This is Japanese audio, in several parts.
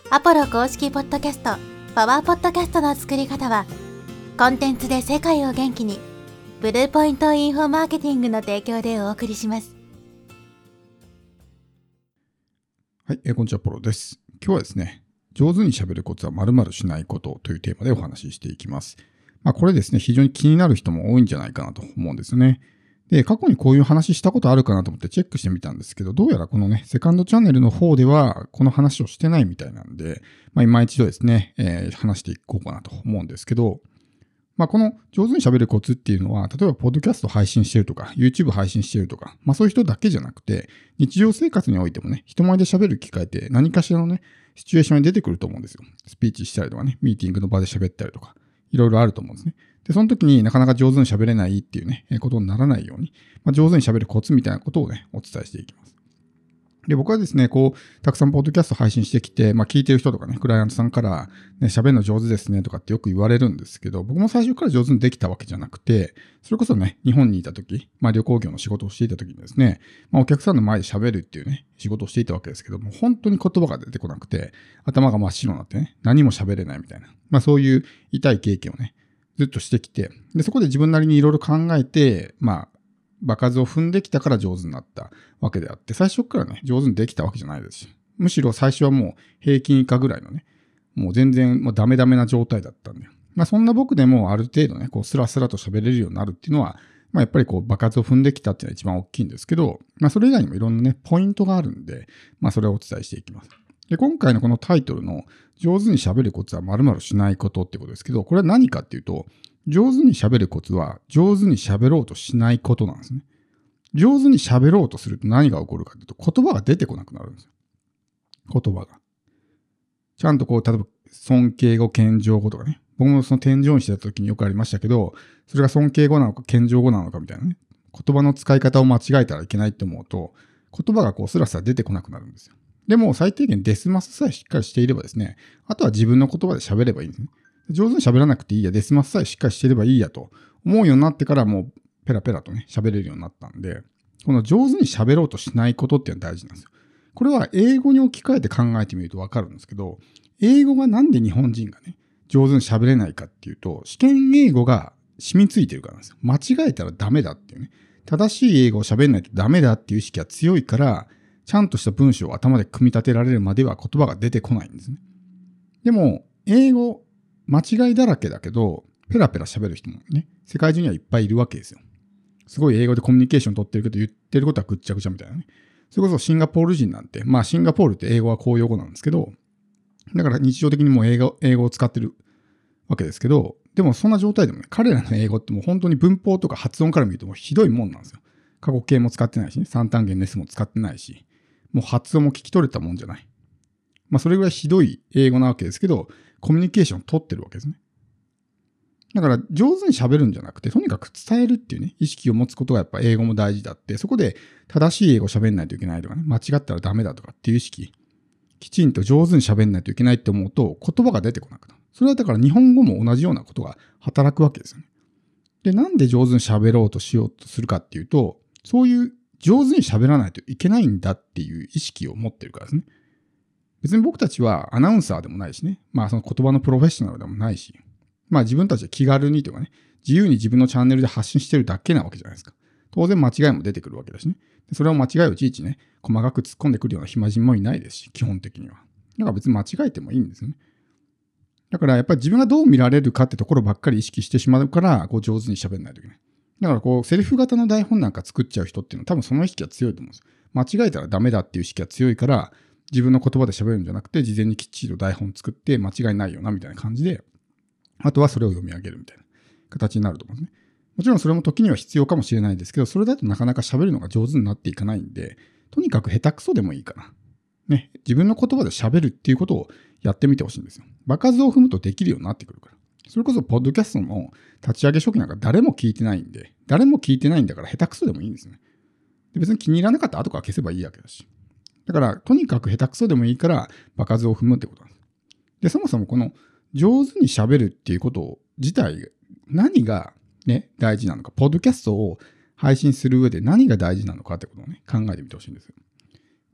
アポロ公式ポッドキャスト、パワーポッドキャストの作り方は、コンテンツで世界を元気に、ブルーポイントインフォマーケティングの提供でお送りします。 はい、こんにちは、ポロです。今日はですね、上手に喋るコツは〇〇しないことというテーマでお話ししていきます。これですね、非常に気になる人も多いんじゃないかなと思うんですよね。で、過去にこういう話したことあるかなと思ってチェックしてみたんですけど、どうやらこのね、セカンドチャンネルの方ではこの話をしてないみたいなんで、今一度ですね、話していこうかなと思うんですけど、この上手に喋るコツっていうのは、例えばポッドキャスト配信してるとか、YouTube 配信してるとか、そういう人だけじゃなくて、日常生活においてもね、人前で喋る機会って何かしらのね、シチュエーションに出てくると思うんですよ。スピーチしたりとかね、ミーティングの場で喋ったりとか、いろいろあると思うんですね。で、その時になかなか上手に喋れないっていうね、ことにならないように、上手に喋るコツみたいなことをね、お伝えしていきます。で、僕はですね、たくさんポッドキャスト配信してきて、聞いてる人とかね、クライアントさんから、ね、喋るの上手ですねとかってよく言われるんですけど、僕も最初から上手にできたわけじゃなくて、それこそね、日本にいた時、旅行業の仕事をしていた時にですね、お客さんの前で喋るっていうね、仕事をしていたわけですけども、本当に言葉が出てこなくて、頭が真っ白になってね、何も喋れないみたいな、そういう痛い経験をね、ずっとしてきて、で、そこで自分なりにいろいろ考えて、場数を踏んできたから上手になったわけであって、最初からね、上手にできたわけじゃないですし、むしろ最初はもう平均以下ぐらいのね、もう全然もうダメな状態だったんで、そんな僕でもある程度ね、スラスラと喋れるようになるっていうのは、やっぱり場数を踏んできたっていうのが一番大きいんですけど、それ以外にもいろんなね、ポイントがあるんで、それをお伝えしていきます。で、今回のこのタイトルの上手に喋るコツは〇〇しないことってことですけど、これは何かっていうと、上手に喋るコツは上手に喋ろうとしないことなんですね。上手に喋ろうとすると何が起こるかというと、言葉が出てこなくなるんですよ。言葉が。ちゃんと例えば尊敬語、謙譲語とかね。僕もその天井にしてた時によくありましたけど、それが尊敬語なのか謙譲語なのかみたいなね。言葉の使い方を間違えたらいけないって思うと、言葉がスラスラ出てこなくなるんですよ。でも最低限デスマスさえしっかりしていればですね、あとは自分の言葉で喋ればいいんですね。上手に喋らなくていいや、デスマスさえしっかりしていればいいやと思うようになってからもうペラペラとね、喋れるようになったんで、この上手に喋ろうとしないことっていうのは大事なんですよ。これは英語に置き換えて考えてみるとわかるんですけど、英語がなんで日本人がね、上手に喋れないかっていうと、試験英語が染みついてるからなんですよ。間違えたらダメだっていうね。正しい英語を喋んないとダメだっていう意識が強いから、ちゃんとした文章を頭で組み立てられるまでは言葉が出てこないんですね。でも、英語、間違いだらけだけど、ペラペラ喋る人もね、世界中にはいっぱいいるわけですよ。すごい英語でコミュニケーション取ってるけど、言ってることはぐっちゃぐちゃみたいなね。それこそシンガポール人なんて、シンガポールって英語は公用語なんですけど、だから日常的にもう英語を使ってるわけですけど、でもそんな状態でもね、彼らの英語ってもう本当に文法とか発音から見るともうひどいもんなんですよ。過去形も使ってないしね、三単元ネスも使ってないし、もう発音も聞き取れたもんじゃない。それぐらいひどい英語なわけですけど、コミュニケーションを取ってるわけですね。だから上手に喋るんじゃなくて、とにかく伝えるっていうね、意識を持つことがやっぱ英語も大事だって、そこで正しい英語を喋んないといけないとかね、間違ったらダメだとかっていう意識、きちんと上手に喋んないといけないって思うと言葉が出てこなくなる。それはだから日本語も同じようなことが働くわけですよね。で、なんで上手に喋ろうとしようとするかっていうと、そういう上手に喋らないといけないんだっていう意識を持ってるからですね。別に僕たちはアナウンサーでもないしね、その言葉のプロフェッショナルでもないし、自分たちで気軽にというかね、自由に自分のチャンネルで発信してるだけなわけじゃないですか。当然間違いも出てくるわけだしね。それを間違いをいちいちね、細かく突っ込んでくるような暇人もいないですし、基本的には。だから別に間違えてもいいんですよね。だからやっぱり自分がどう見られるかってところばっかり意識してしまうから、上手に喋んないといけない。だからセリフ型の台本なんか作っちゃう人っていうのは多分その意識が強いと思うんですよ。間違えたらダメだっていう意識が強いから、自分の言葉で喋るんじゃなくて、事前にきっちりと台本作って間違いないよなみたいな感じで、あとはそれを読み上げるみたいな形になると思うんですね。もちろんそれも時には必要かもしれないですけど、それだとなかなか喋るのが上手になっていかないんで、とにかく下手くそでもいいかな。ね、自分の言葉で喋るっていうことをやってみてほしいんですよ。場数を踏むとできるようになってくるから。それこそポッドキャストの立ち上げ初期なんか誰も聞いてないんで、誰も聞いてないんだから下手くそでもいいんですね。で別に気に入らなかったら後から消せばいいわけだし。だからとにかく下手くそでもいいから場数を踏むってことなんです。で、そもそもこの上手に喋るっていうこと自体、何がね、大事なのか、ポッドキャストを配信する上で何が大事なのかってことをね、考えてみてほしいんですよ。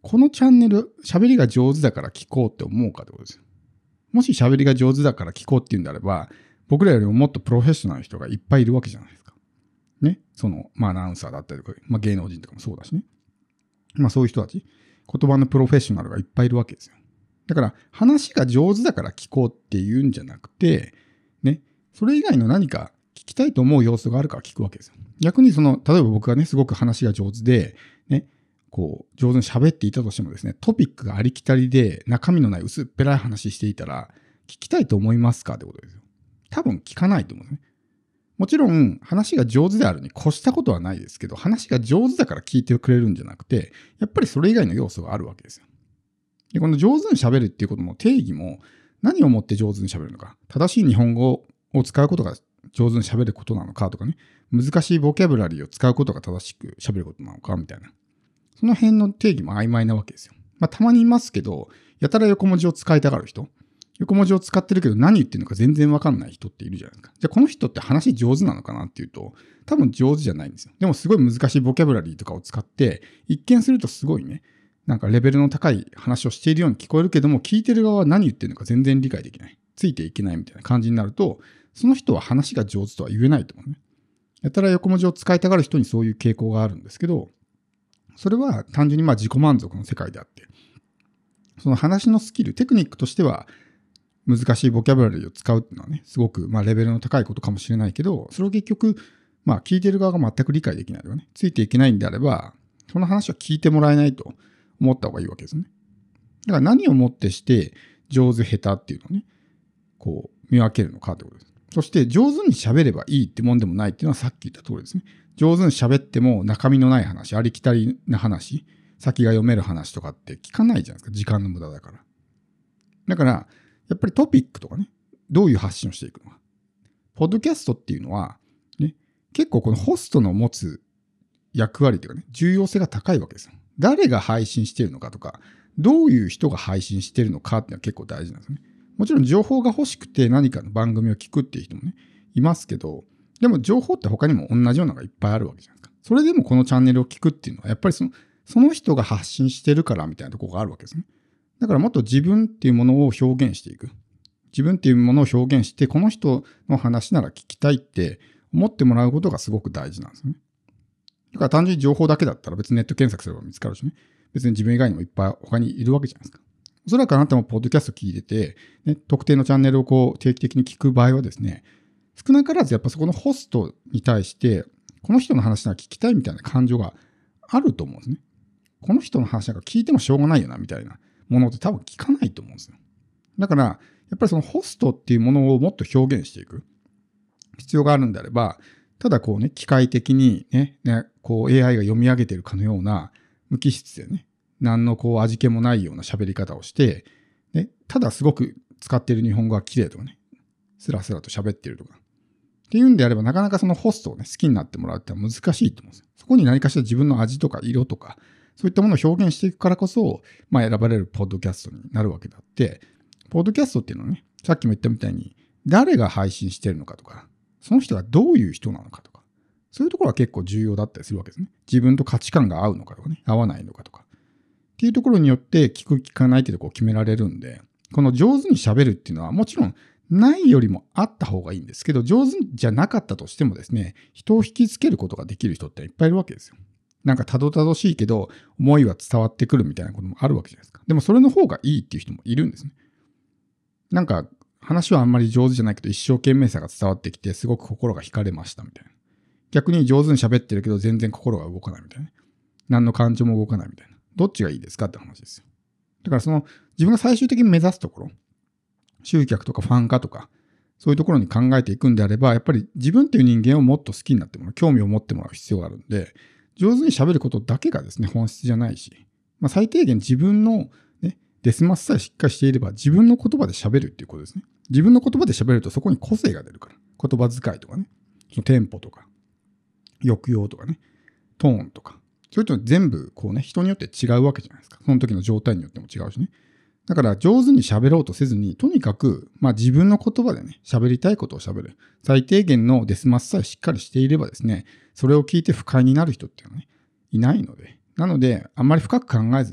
このチャンネル、喋りが上手だから聞こうって思うかってことですよ。もし喋りが上手だから聞こうっていうんであれば、僕らよりももっとプロフェッショナルな人がいっぱいいるわけじゃないですか。ね。アナウンサーだったりとか、芸能人とかもそうだしね。そういう人たち、言葉のプロフェッショナルがいっぱいいるわけですよ。だから、話が上手だから聞こうっていうんじゃなくて、ね。それ以外の何か聞きたいと思う要素があるから聞くわけですよ。逆に例えば僕がね、すごく話が上手で、ね、上手に喋っていたとしてもですね、トピックがありきたりで中身のない薄っぺらい話していたら、聞きたいと思いますかってことですよ。多分聞かないと思うんですね。もちろん話が上手であるに越したことはないですけど、話が上手だから聞いてくれるんじゃなくて、やっぱりそれ以外の要素があるわけですよ。で、この上手に喋るっていうことの定義も、何をもって上手に喋るのか、正しい日本語を使うことが上手に喋ることなのかとかね、難しいボキャブラリーを使うことが正しく喋ることなのかみたいな。その辺の定義も曖昧なわけですよ。たまにいますけど、やたら横文字を使いたがる人。横文字を使ってるけど何言ってるのか全然わかんない人っているじゃないですか。じゃあこの人って話上手なのかなっていうと、多分上手じゃないんですよ。でもすごい難しいボキャブラリーとかを使って、一見するとすごいね、レベルの高い話をしているように聞こえるけども、聞いてる側は何言ってるのか全然理解できない。ついていけないみたいな感じになると、その人は話が上手とは言えないと思うね。やたら横文字を使いたがる人にそういう傾向があるんですけど、それは単純に自己満足の世界であって、その話のスキル、テクニックとしては難しいボキャブラリーを使うっていうのはね、すごくレベルの高いことかもしれないけど、それを結局、聞いてる側が全く理解できないとかね、ついていけないんであれば、その話は聞いてもらえないと思った方がいいわけですね。だから何をもってして上手下手っていうのをね、見分けるのかってことです。そして上手に喋ればいいってもんでもないっていうのはさっき言った通りですね。上手に喋っても中身のない話、ありきたりな話、先が読める話とかって聞かないじゃないですか。時間の無駄だから。だから、やっぱりトピックとかね、どういう発信をしていくのか。ポッドキャストっていうのは、ね、結構このホストの持つ役割というかね、重要性が高いわけですよ。誰が配信しているのかとか、どういう人が配信しているのかっていうのは結構大事なんですね。もちろん情報が欲しくて何かの番組を聞くっていう人もね、いますけど、でも情報って他にも同じようなのがいっぱいあるわけじゃないですか。それでもこのチャンネルを聞くっていうのは、やっぱりその人が発信してるからみたいなところがあるわけですね。だからもっと自分っていうものを表現していく。自分っていうものを表現して、この人の話なら聞きたいって思ってもらうことがすごく大事なんですね。だから単純に情報だけだったら別にネット検索すれば見つかるしね。別に自分以外にもいっぱい他にいるわけじゃないですか。おそらくあなたもポッドキャスト聞いてて、ね、特定のチャンネルを定期的に聞く場合はですね、少なからずやっぱそこのホストに対して、この人の話なら聞きたいみたいな感情があると思うんですね。この人の話なんか聞いてもしょうがないよなみたいなものって多分聞かないと思うんですよ。だから、やっぱりそのホストっていうものをもっと表現していく必要があるんであれば、ただ機械的にね、AI が読み上げているかのような無機質でね、何の味気もないような喋り方をして、ね、ただすごく使っている日本語が綺麗とかね、スラスラと喋っているとか。っていうんであれば、なかなかそのホストをね、好きになってもらうってのは難しいと思うんですよ。そこに何かしら自分の味とか色とか、そういったものを表現していくからこそ、選ばれるポッドキャストになるわけであって、ポッドキャストっていうのはね、さっきも言ったみたいに、誰が配信してるのかとか、その人がどういう人なのかとか、そういうところは結構重要だったりするわけですね。自分と価値観が合うのかとかね、合わないのかとか。っていうところによって聞く聞かないってとこを決められるんで、この上手に喋るっていうのはもちろんないよりもあった方がいいんですけど、上手じゃなかったとしてもですね、人を引きつけることができる人っていっぱいいるわけですよ。なんかたどたどしいけど、思いは伝わってくるみたいなこともあるわけじゃないですか。でもそれの方がいいっていう人もいるんですね。なんか話はあんまり上手じゃないけど、一生懸命さが伝わってきて、すごく心が惹かれましたみたいな。逆に上手に喋ってるけど、全然心が動かないみたいなね。何の感情も動かないみたいな。どっちがいいですかって話ですよ。だから自分が最終的に目指すところ、集客とかファン化とか、そういうところに考えていくんであれば、やっぱり自分っていう人間をもっと好きになってもらう、興味を持ってもらう必要があるんで、上手に喋ることだけがですね、本質じゃないし、最低限自分のね、デスマスさえしっかりしていれば、自分の言葉で喋るっていうことですね。自分の言葉で喋るとそこに個性が出るから。言葉遣いとかね、そのテンポとか、抑揚とかね、トーンとか、そういうの全部人によって違うわけじゃないですか。その時の状態によっても違うしね。だから上手に喋ろうとせずに、とにかく自分の言葉でね、喋りたいことを喋る。最低限のデスマスさえしっかりしていればですね、それを聞いて不快になる人っていうのはね、いないので。なので、あんまり深く考えずに、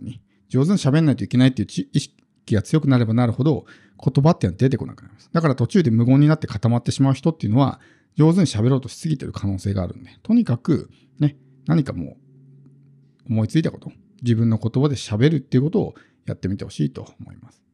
上手に喋んないといけないっていう意識が強くなればなるほど、言葉っていうのは出てこなくなります。だから途中で無言になって固まってしまう人っていうのは、上手に喋ろうとしすぎてる可能性があるんで、とにかくね、何かもう思いついたこと、自分の言葉で喋るっていうことをやってみてほしいと思います。